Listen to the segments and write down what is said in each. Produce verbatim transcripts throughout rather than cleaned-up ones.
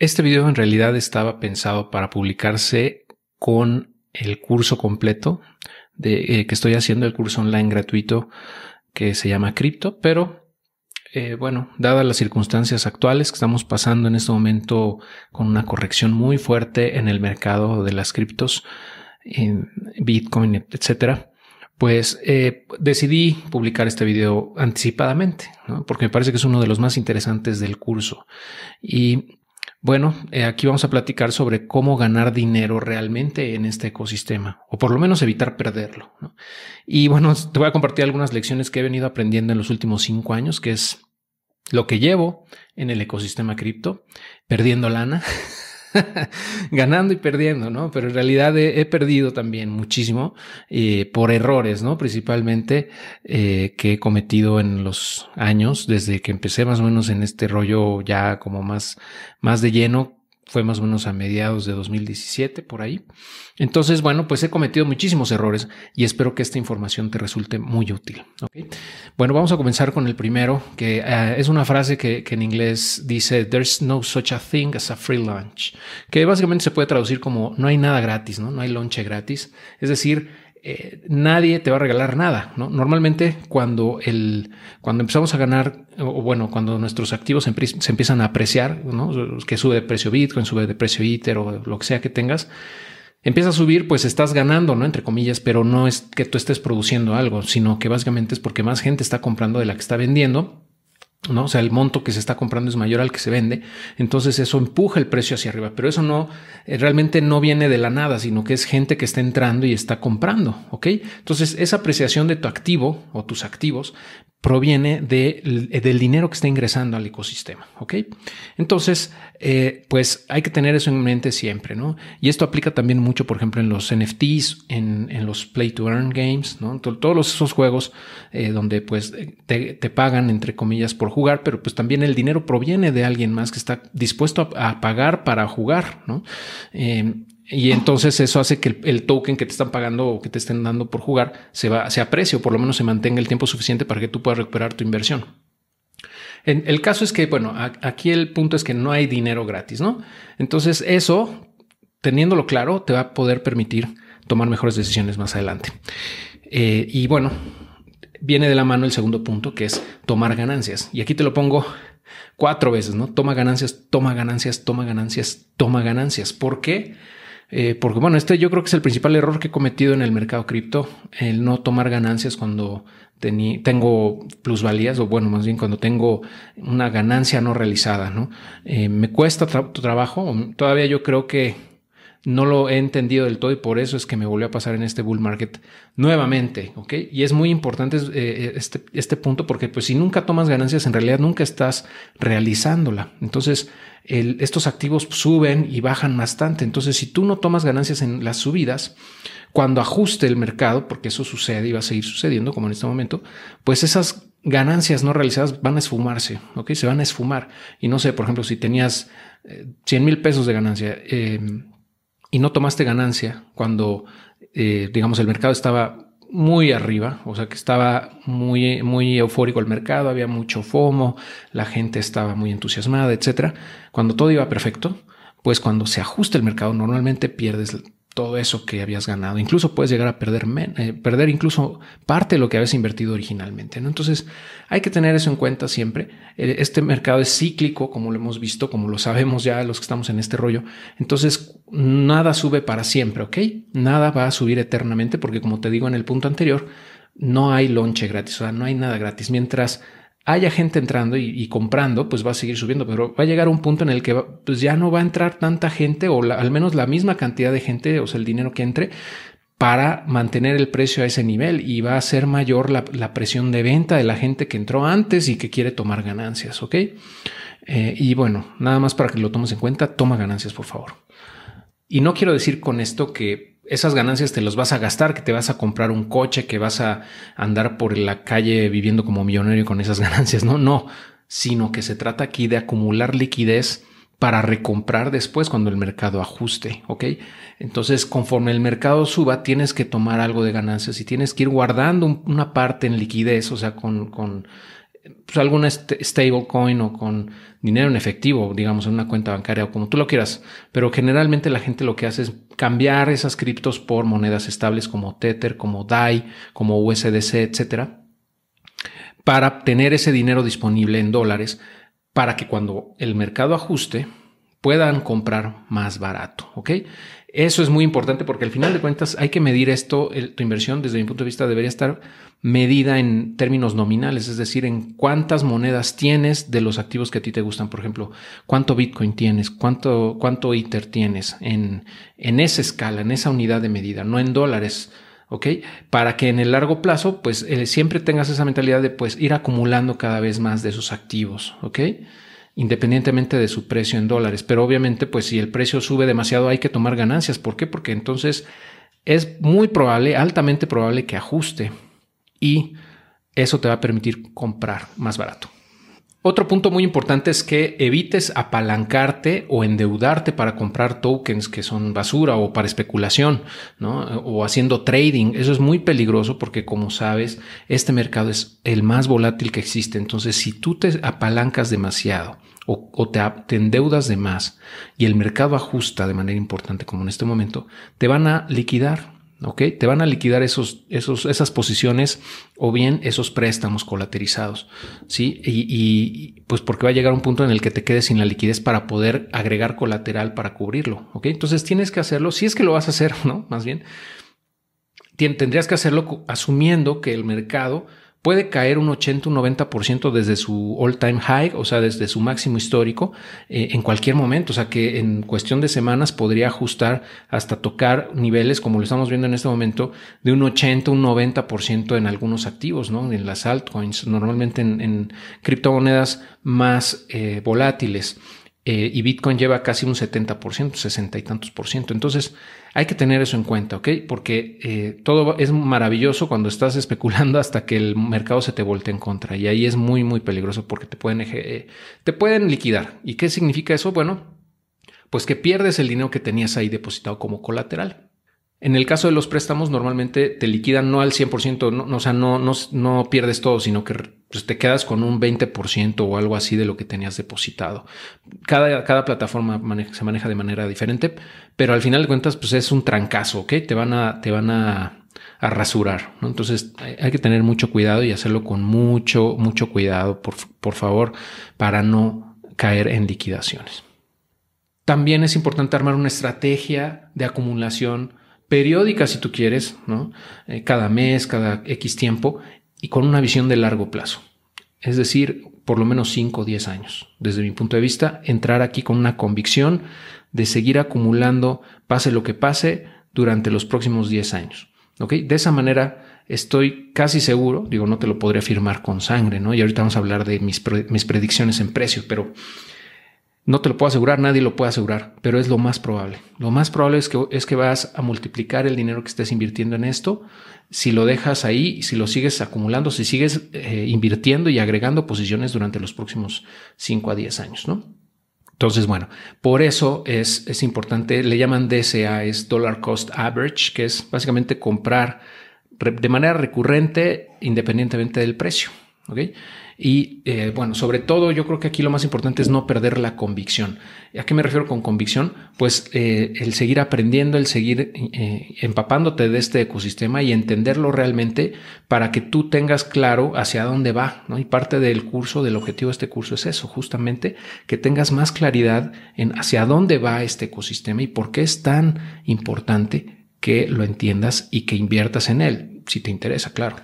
Este video en realidad estaba pensado para publicarse con el curso completo de, eh, que estoy haciendo, el curso online gratuito que se llama Cripto, pero eh, bueno, dadas las circunstancias actuales que estamos pasando en este momento con una corrección muy fuerte en el mercado de las criptos, en Bitcoin, etcétera, pues eh, decidí publicar este video anticipadamente, ¿no? Porque me parece que es uno de los más interesantes del curso. Y bueno, eh, aquí vamos a platicar sobre cómo ganar dinero realmente en este ecosistema, o por lo menos evitar perderlo, ¿no? Y bueno, te voy a compartir algunas lecciones que he venido aprendiendo en los últimos cinco años, que es lo que llevo en el ecosistema cripto, perdiendo lana, ganando y perdiendo, ¿no? Pero en realidad he, he perdido también muchísimo eh, por errores, ¿no? Principalmente eh, que he cometido en los años, desde que empecé más o menos en este rollo ya como más, más de lleno. Fue más o menos a mediados de dos mil diecisiete, por ahí. Entonces, bueno, pues he cometido muchísimos errores y espero que esta información te resulte muy útil, ¿okay? Bueno, vamos a comenzar con el primero, que uh, es una frase que, que en inglés dice "There's no such a thing as a free lunch", que básicamente se puede traducir como no hay nada gratis, ¿no? No hay lonche gratis. Es decir, Eh, nadie te va a regalar nada, ¿no? Normalmente cuando el cuando empezamos a ganar, o bueno, cuando nuestros activos se, se empiezan a apreciar, ¿no? Que sube de precio Bitcoin, sube de precio Ether o lo que sea que tengas, empieza a subir, pues estás ganando, ¿no? Entre comillas, pero no es que tú estés produciendo algo, sino que básicamente es porque más gente está comprando de la que está vendiendo, ¿no? O sea, el monto que se está comprando es mayor al que se vende. Entonces eso empuja el precio hacia arriba, pero eso no, eh, realmente no viene de la nada, sino que es gente que está entrando y está comprando. ¿Ok? Entonces esa apreciación de tu activo o tus activos proviene de, del dinero que está ingresando al ecosistema. ¿Ok? Entonces, eh, pues hay que tener eso en mente siempre, ¿no? Y esto aplica también mucho, por ejemplo, en los N F Ts, en, en los Play to Earn Games, ¿no? Todos esos juegos eh, donde pues te, te pagan, entre comillas, por jugar, pero pues también el dinero proviene de alguien más que está dispuesto a, a pagar para jugar, ¿no? Eh, Y entonces eso hace que el, el token que te están pagando o que te estén dando por jugar se va, se aprecie o por lo menos se mantenga el tiempo suficiente para que tú puedas recuperar tu inversión. En, el caso es que, bueno, a, aquí el punto es que no hay dinero gratis, ¿no? Entonces eso, teniéndolo claro, te va a poder permitir tomar mejores decisiones más adelante. Eh, y bueno, viene de la mano el segundo punto, que es tomar ganancias. Y aquí te lo pongo cuatro veces, ¿no? Toma ganancias, toma ganancias, toma ganancias, toma ganancias. ¿Por qué? Eh, porque bueno, este yo creo que es el principal error que he cometido en el mercado cripto, el no tomar ganancias cuando tení, tengo plusvalías, o bueno, más bien cuando tengo una ganancia no realizada, ¿no? Eh, me cuesta tra trabajo, todavía yo creo que no lo he entendido del todo y por eso es que me volvió a pasar en este bull market nuevamente, ¿ok? Y es muy importante eh, este, este punto porque pues si nunca tomas ganancias, en realidad nunca estás realizándola. Entonces, el, estos activos suben y bajan bastante. Entonces, si tú no tomas ganancias en las subidas, cuando ajuste el mercado, porque eso sucede y va a seguir sucediendo como en este momento, pues esas ganancias no realizadas van a esfumarse, ¿ok? Se van a esfumar. Y no sé, por ejemplo, si tenías eh, cien mil pesos de ganancia, eh, y no tomaste ganancia cuando, eh, digamos, el mercado estaba muy arriba, o sea que estaba muy, muy eufórico el mercado, había mucho FOMO, la gente estaba muy entusiasmada, etcétera. Cuando todo iba perfecto, pues cuando se ajusta el mercado, normalmente pierdes todo eso que habías ganado. Incluso puedes llegar a perder, eh, perder incluso parte de lo que habías invertido originalmente, ¿no? Entonces hay que tener eso en cuenta siempre. Este mercado es cíclico, como lo hemos visto, como lo sabemos ya los que estamos en este rollo. Entonces nada sube para siempre, ¿ok? Nada va a subir eternamente porque, como te digo en el punto anterior, no hay lonche gratis, o sea, no hay nada gratis. Mientras haya gente entrando y, y comprando, pues va a seguir subiendo, pero va a llegar un punto en el que va, pues ya no va a entrar tanta gente o la, al menos la misma cantidad de gente, o sea, el dinero que entre para mantener el precio a ese nivel, y va a ser mayor la, la presión de venta de la gente que entró antes y que quiere tomar ganancias, ¿ok? Eh, y bueno, nada más para que lo tomes en cuenta, toma ganancias, por favor. Y no quiero decir con esto que esas ganancias te los vas a gastar, que te vas a comprar un coche, que vas a andar por la calle viviendo como millonario con esas ganancias. No, no, sino que se trata aquí de acumular liquidez para recomprar después cuando el mercado ajuste, ¿ok? Entonces, conforme el mercado suba, tienes que tomar algo de ganancias y tienes que ir guardando un, una parte en liquidez, o sea, con, con pues, alguna stablecoin o con dinero en efectivo, digamos, en una cuenta bancaria o como tú lo quieras. Pero generalmente la gente lo que hace es cambiar esas criptos por monedas estables como Tether, como D A I, como U S D C, etcétera, para tener ese dinero disponible en dólares para que cuando el mercado ajuste puedan comprar más barato, ¿ok? Eso es muy importante porque al final de cuentas hay que medir esto. El, tu inversión, desde mi punto de vista, debería estar medida en términos nominales, es decir, en cuántas monedas tienes de los activos que a ti te gustan. Por ejemplo, cuánto Bitcoin tienes, cuánto, cuánto Ether tienes en, en esa escala, en esa unidad de medida, no en dólares, ¿ok? Para que en el largo plazo, pues eh, siempre tengas esa mentalidad de pues ir acumulando cada vez más de esos activos, ¿ok? Independientemente de su precio en dólares. Pero obviamente, pues si el precio sube demasiado hay que tomar ganancias. ¿Por qué? Porque entonces es muy probable, altamente probable que ajuste y eso te va a permitir comprar más barato. Otro punto muy importante es que evites apalancarte o endeudarte para comprar tokens que son basura o para especulación, ¿no? O haciendo trading. Eso es muy peligroso porque, como sabes, este mercado es el más volátil que existe. Entonces, si tú te apalancas demasiado o, o te, te endeudas de más y el mercado ajusta de manera importante, como en este momento, te van a liquidar. ¿Ok? Te van a liquidar esos, esos, esas posiciones o bien esos préstamos colateralizados, ¿sí? Y, y pues porque va a llegar un punto en el que te quedes sin la liquidez para poder agregar colateral para cubrirlo, ¿ok? Entonces tienes que hacerlo, si es que lo vas a hacer, ¿no? Más bien, tendrías que hacerlo asumiendo que el mercado puede caer un ochenta, un noventa por ciento desde su all-time high, o sea, desde su máximo histórico, eh, en cualquier momento. O sea, que en cuestión de semanas podría ajustar hasta tocar niveles, como lo estamos viendo en este momento, de un ochenta, un noventa por ciento en algunos activos, ¿no? En las altcoins, normalmente en, en criptomonedas más eh, volátiles. Eh, y Bitcoin lleva casi un setenta por ciento, sesenta y tantos por ciento. Entonces hay que tener eso en cuenta, ¿ok? Porque eh, todo es maravilloso cuando estás especulando hasta que el mercado se te voltee en contra. Y ahí es muy, muy peligroso porque te pueden, eh, te pueden liquidar. ¿Y qué significa eso? Bueno, pues que pierdes el dinero que tenías ahí depositado como colateral. En el caso de los préstamos, normalmente te liquidan no al cien por ciento, no, o sea, no, no, no pierdes todo, sino que pues, te quedas con un veinte por ciento o algo así de lo que tenías depositado. Cada, cada plataforma maneja, se maneja de manera diferente, pero al final de cuentas, pues es un trancazo, ¿ok? Te van a, te van a, a rasurar, ¿no? Entonces hay, hay que tener mucho cuidado y hacerlo con mucho, mucho cuidado, por, por favor, para no caer en liquidaciones. También es importante armar una estrategia de acumulación periódica, si tú quieres, ¿no? Eh, cada mes, cada X tiempo y con una visión de largo plazo. Es decir, por lo menos cinco o diez años. Desde mi punto de vista, entrar aquí con una convicción de seguir acumulando, pase lo que pase, durante los próximos diez años. ¿Ok? De esa manera estoy casi seguro, digo, no te lo podré afirmar con sangre, ¿no? Y ahorita vamos a hablar de mis, pre- mis predicciones en precio, pero no te lo puedo asegurar, nadie lo puede asegurar, pero es lo más probable. Lo más probable es que, es que vas a multiplicar el dinero que estés invirtiendo en esto. Si lo dejas ahí, si lo sigues acumulando, si sigues eh, invirtiendo y agregando posiciones durante los próximos cinco a diez años, ¿no? Entonces, bueno, por eso es, es importante, le llaman D C A, es Dollar Cost Average, que es básicamente comprar de manera recurrente independientemente del precio, ¿ok? Y eh, bueno, sobre todo yo creo que aquí lo más importante es no perder la convicción. ¿A qué me refiero con convicción? Pues eh, el seguir aprendiendo, el seguir eh, empapándote de este ecosistema y entenderlo realmente para que tú tengas claro hacia dónde va, ¿no? Y parte del curso, del objetivo de este curso es eso, justamente que tengas más claridad en hacia dónde va este ecosistema y por qué es tan importante que lo entiendas y que inviertas en él, si te interesa, claro.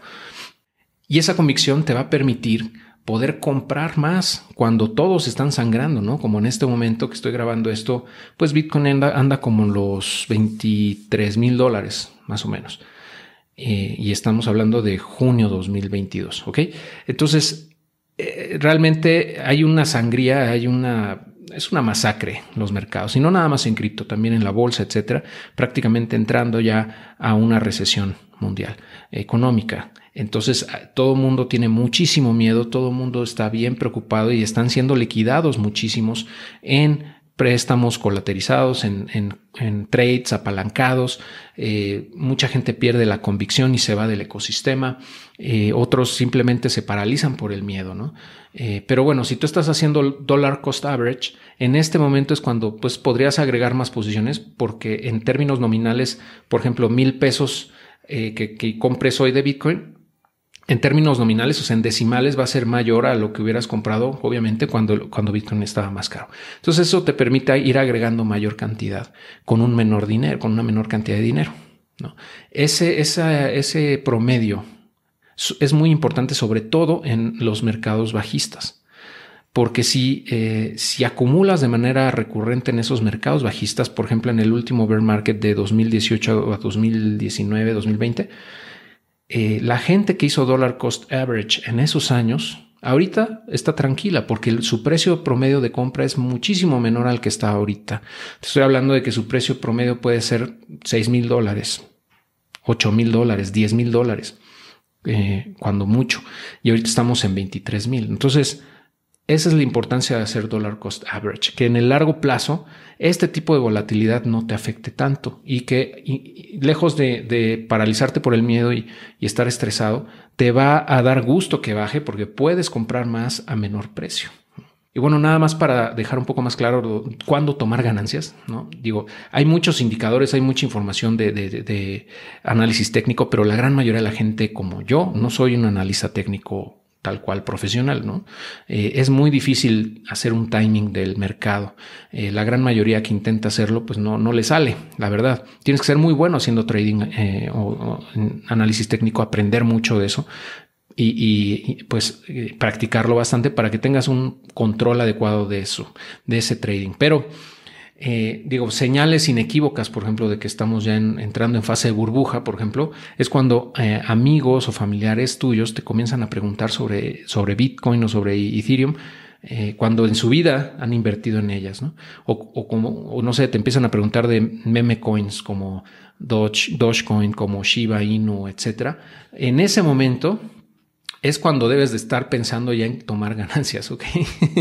Y esa convicción te va a permitir poder comprar más cuando todos están sangrando, ¿no? Como en este momento que estoy grabando esto, pues Bitcoin anda, anda como en los veintitrés mil dólares, más o menos. Eh, y estamos hablando de junio dos mil veintidós, ¿ok? Entonces, eh, realmente hay una sangría, hay una... es una masacre los mercados, y no nada más en cripto, también en la bolsa, etcétera, prácticamente entrando ya a una recesión mundial económica. Entonces, todo el mundo tiene muchísimo miedo, todo el mundo está bien preocupado y están siendo liquidados muchísimos en préstamos colateralizados, en, en, en trades apalancados. Eh, mucha gente pierde la convicción y se va del ecosistema. Eh, otros simplemente se paralizan por el miedo, ¿no? Eh, pero bueno, si tú estás haciendo dollar cost average, en este momento es cuando pues podrías agregar más posiciones, porque en términos nominales, por ejemplo, mil pesos eh, que, que compres hoy de Bitcoin, en términos nominales, o sea, en decimales, va a ser mayor a lo que hubieras comprado, obviamente, cuando, cuando Bitcoin estaba más caro. Entonces, eso te permite ir agregando mayor cantidad con un menor dinero, con una menor cantidad de dinero, ¿no? Ese, esa, ese promedio es muy importante, sobre todo en los mercados bajistas. Porque si, eh, si acumulas de manera recurrente en esos mercados bajistas, por ejemplo, en el último bear market de dos mil dieciocho a dos mil diecinueve, dos mil veinte, Eh, la gente que hizo dollar cost average en esos años, ahorita está tranquila porque el, su precio promedio de compra es muchísimo menor al que está ahorita. Te estoy hablando de que su precio promedio puede ser seis mil dólares, ocho mil dólares, diez mil dólares, eh, cuando mucho. Y ahorita estamos en veintitrés mil. Entonces, esa es la importancia de hacer dollar cost average, que en el largo plazo este tipo de volatilidad no te afecte tanto y que y, y lejos de, de paralizarte por el miedo y, y estar estresado, te va a dar gusto que baje porque puedes comprar más a menor precio. Y bueno, nada más para dejar un poco más claro cuándo tomar ganancias, ¿no? Digo, hay muchos indicadores, hay mucha información de, de, de análisis técnico, pero la gran mayoría de la gente como yo no soy un analista técnico tal cual profesional, ¿no? Eh, es muy difícil hacer un timing del mercado. Eh, la gran mayoría que intenta hacerlo, pues no, no le sale, la verdad. Tienes que ser muy bueno haciendo trading eh, o, o análisis técnico, aprender mucho de eso y, y, y pues eh, practicarlo bastante para que tengas un control adecuado de eso, de ese trading. Pero Eh, digo, señales inequívocas, por ejemplo, de que estamos ya en, entrando en fase de burbuja, por ejemplo, es cuando eh, amigos o familiares tuyos te comienzan a preguntar sobre, sobre Bitcoin o sobre Ethereum, eh, cuando en su vida han invertido en ellas, ¿no? O, o como, o no sé, te empiezan a preguntar de meme coins como Doge, Dogecoin, como Shiba Inu, etcétera. En ese momento es cuando debes de estar pensando ya en tomar ganancias, ¿ok?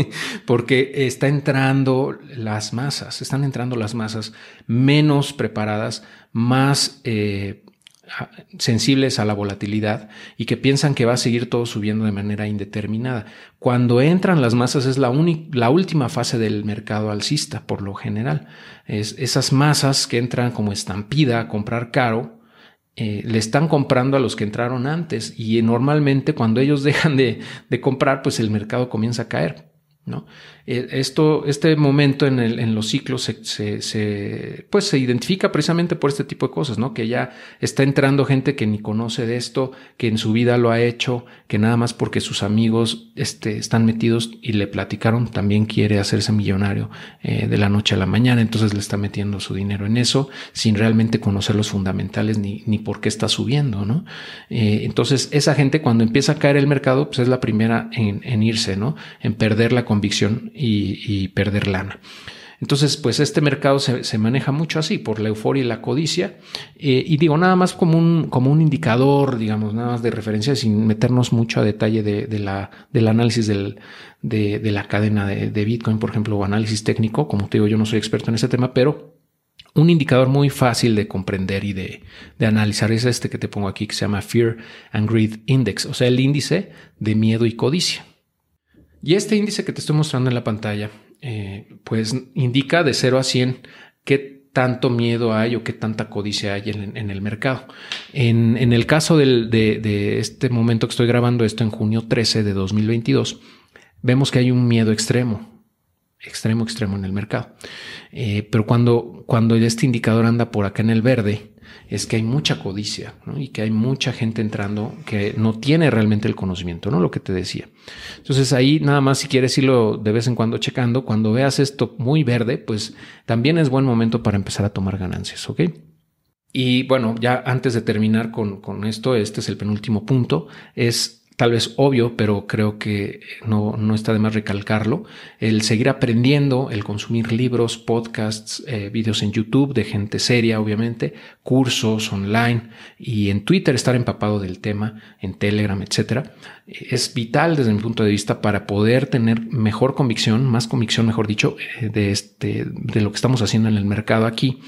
Porque está entrando las masas, están entrando las masas menos preparadas, más eh, sensibles a la volatilidad y que piensan que va a seguir todo subiendo de manera indeterminada. Cuando entran las masas es la, la última fase del mercado alcista, por lo general. Es esas masas que entran como estampida a comprar caro, Eh, le están comprando a los que entraron antes y normalmente cuando ellos dejan de, de comprar, pues el mercado comienza a caer, ¿no? Eh, esto, este momento en, el, en los ciclos se, se, se, pues se identifica precisamente por este tipo de cosas, ¿no? Que ya está entrando gente que ni conoce de esto, que en su vida lo ha hecho, que nada más porque sus amigos este, están metidos y le platicaron, también quiere hacerse millonario eh, de la noche a la mañana, entonces le está metiendo su dinero en eso sin realmente conocer los fundamentales ni, ni por qué está subiendo, ¿no? Eh, entonces esa gente cuando empieza a caer el mercado, pues es la primera en, en irse, ¿no? En perder la convicción Y, y perder lana. Entonces, pues este mercado se, se maneja mucho así, por la euforia y la codicia. Eh, y digo, nada más como un, como un indicador, digamos, nada más de referencia, sin meternos mucho a detalle de, de la, del análisis del, de, de la cadena de, de Bitcoin, por ejemplo, o análisis técnico. Como te digo, yo no soy experto en ese tema, pero un indicador muy fácil de comprender y de, de analizar es este que te pongo aquí, que se llama Fear and Greed Index, o sea, el índice de miedo y codicia. Y este índice que te estoy mostrando en la pantalla, eh, pues indica de cero a cien qué tanto miedo hay o qué tanta codicia hay en, en el mercado. En, en el caso del, de, de este momento que estoy grabando esto, en junio trece de dos mil veintidós, vemos que hay un miedo extremo, extremo, extremo en el mercado. Eh, pero cuando, cuando este indicador anda por acá en el verde, es que hay mucha codicia, ¿no? Y que hay mucha gente entrando que no tiene realmente el conocimiento, ¿no? Lo que te decía. Entonces ahí nada más, si quieres irlo de vez en cuando checando, cuando veas esto muy verde, pues también es buen momento para empezar a tomar ganancias, ¿ok? Y bueno, ya antes de terminar con, con esto, este es el penúltimo punto, es tal vez obvio, pero creo que no, no está de más recalcarlo, el seguir aprendiendo, el consumir libros, podcasts, eh, videos en YouTube de gente seria, obviamente, cursos online y en Twitter estar empapado del tema, en Telegram, etcétera, es vital desde mi punto de vista para poder tener mejor convicción, más convicción, mejor dicho, de, este, de lo que estamos haciendo en el mercado aquí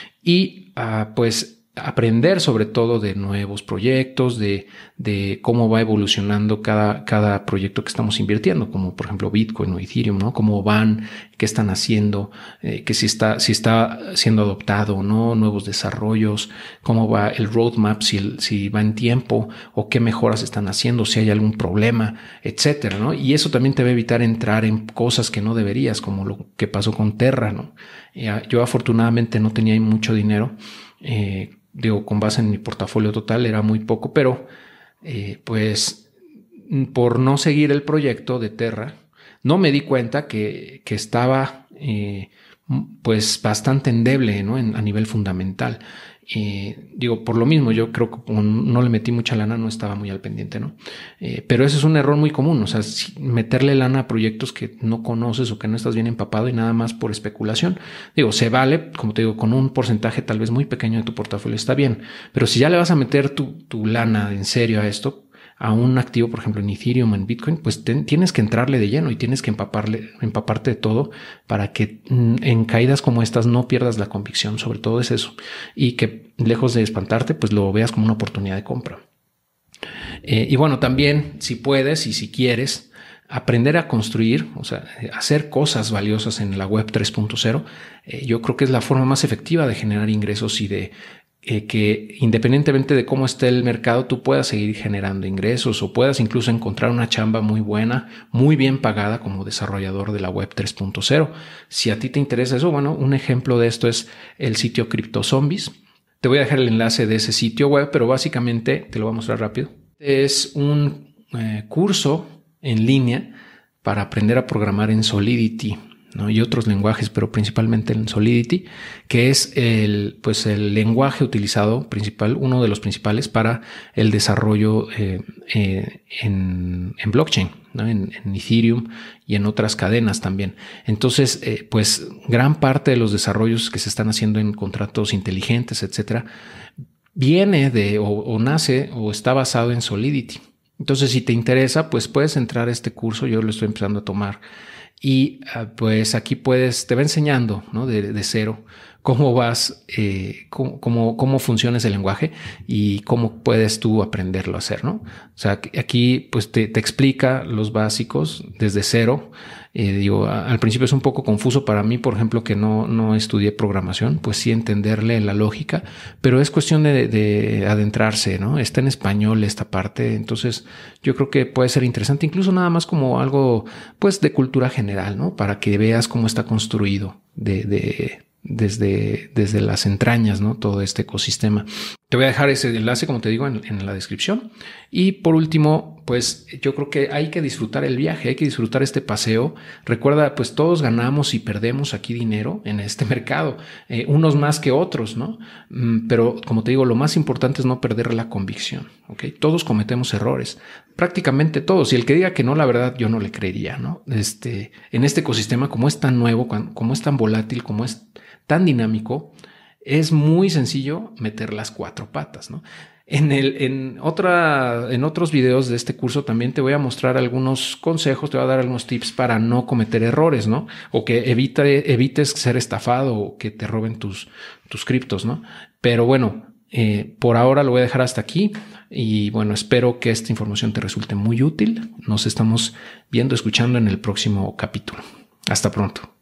y uh, pues aprender sobre todo de nuevos proyectos, de, de cómo va evolucionando cada, cada proyecto que estamos invirtiendo, como por ejemplo Bitcoin o Ethereum, ¿no? Cómo van, qué están haciendo, eh, que si está, si está siendo adoptado o no, nuevos desarrollos, cómo va el roadmap, si, si va en tiempo o qué mejoras están haciendo, si hay algún problema, etcétera, ¿no? Y eso también te va a evitar entrar en cosas que no deberías, como lo que pasó con Terra, ¿no? Yo afortunadamente no tenía mucho dinero, eh, digo, con base en mi portafolio total era muy poco, pero eh, pues por no seguir el proyecto de Terra, no me di cuenta que, que estaba eh, pues bastante endeble, ¿no? En, a nivel fundamental. Eh, digo, por lo mismo, yo creo que como no le metí mucha lana, no estaba muy al pendiente, ¿no? Eh, pero ese es un error muy común, o sea, si meterle lana a proyectos que no conoces o que no estás bien empapado y nada más por especulación. Digo, se vale, como te digo, con un porcentaje tal vez muy pequeño de tu portafolio está bien, pero si ya le vas a meter tu, tu lana en serio a esto, a un activo, por ejemplo, en Ethereum o en Bitcoin, pues ten, tienes que entrarle de lleno y tienes que empaparle, empaparte de todo para que mm, en caídas como estas no pierdas la convicción, sobre todo es eso, y que lejos de espantarte, pues lo veas como una oportunidad de compra. Eh, y bueno, también si puedes y si quieres aprender a construir, o sea, hacer cosas valiosas en la web tres punto cero, eh, yo creo que es la forma más efectiva de generar ingresos y de Eh, que independientemente de cómo esté el mercado, tú puedas seguir generando ingresos o puedas incluso encontrar una chamba muy buena, muy bien pagada como desarrollador de la web tres punto cero. Si a ti te interesa eso, bueno, un ejemplo de esto es el sitio CryptoZombies. Te voy a dejar el enlace de ese sitio web, pero básicamente te lo voy a mostrar rápido. Es un eh, curso en línea para aprender a programar en Solidity, ¿no? Y otros lenguajes, pero principalmente en Solidity, que es el, pues el lenguaje utilizado principal, uno de los principales para el desarrollo eh, eh, en, en blockchain, ¿no? en, en Ethereum y en otras cadenas también. Entonces, eh, pues gran parte de los desarrollos que se están haciendo en contratos inteligentes, etcétera, viene de o, o nace o está basado en Solidity. Entonces, si te interesa, pues puedes entrar a este curso. Yo lo estoy empezando a tomar. Y uh, pues aquí puedes, te va enseñando, ¿no? de, de cero cómo vas, eh, cómo, cómo, cómo funciona ese lenguaje y cómo puedes tú aprenderlo a hacer, ¿no? O sea, aquí pues te, te explica los básicos desde cero. Eh, digo, a, al principio es un poco confuso para mí, por ejemplo, que no, no estudié programación, pues sí entenderle la lógica, pero es cuestión de, de adentrarse, ¿no? Está en español esta parte, entonces yo creo que puede ser interesante, incluso nada más como algo, pues, de cultura general, ¿no? Para que veas cómo está construido de, de desde, desde las entrañas, ¿no? Todo este ecosistema. Te voy a dejar ese enlace, como te digo, en, en la descripción. Y por último, pues yo creo que hay que disfrutar el viaje, hay que disfrutar este paseo. Recuerda, pues todos ganamos y perdemos aquí dinero en este mercado, eh, unos más que otros, ¿no? Mm, pero como te digo, lo más importante es no perder la convicción, ¿ok? Todos cometemos errores, prácticamente todos. Y el que diga que no, la verdad, yo no le creería, ¿no? Este, en este ecosistema, como es tan nuevo, como es tan volátil, como es tan dinámico, es muy sencillo meter las cuatro patas, ¿no? En, el, en, otra, en otros videos de este curso también te voy a mostrar algunos consejos, te voy a dar algunos tips para no cometer errores, ¿no? O que evite, evites ser estafado o que te roben tus, tus criptos, ¿no? Pero bueno, eh, por ahora lo voy a dejar hasta aquí y bueno, espero que esta información te resulte muy útil. Nos estamos viendo, escuchando en el próximo capítulo. Hasta pronto.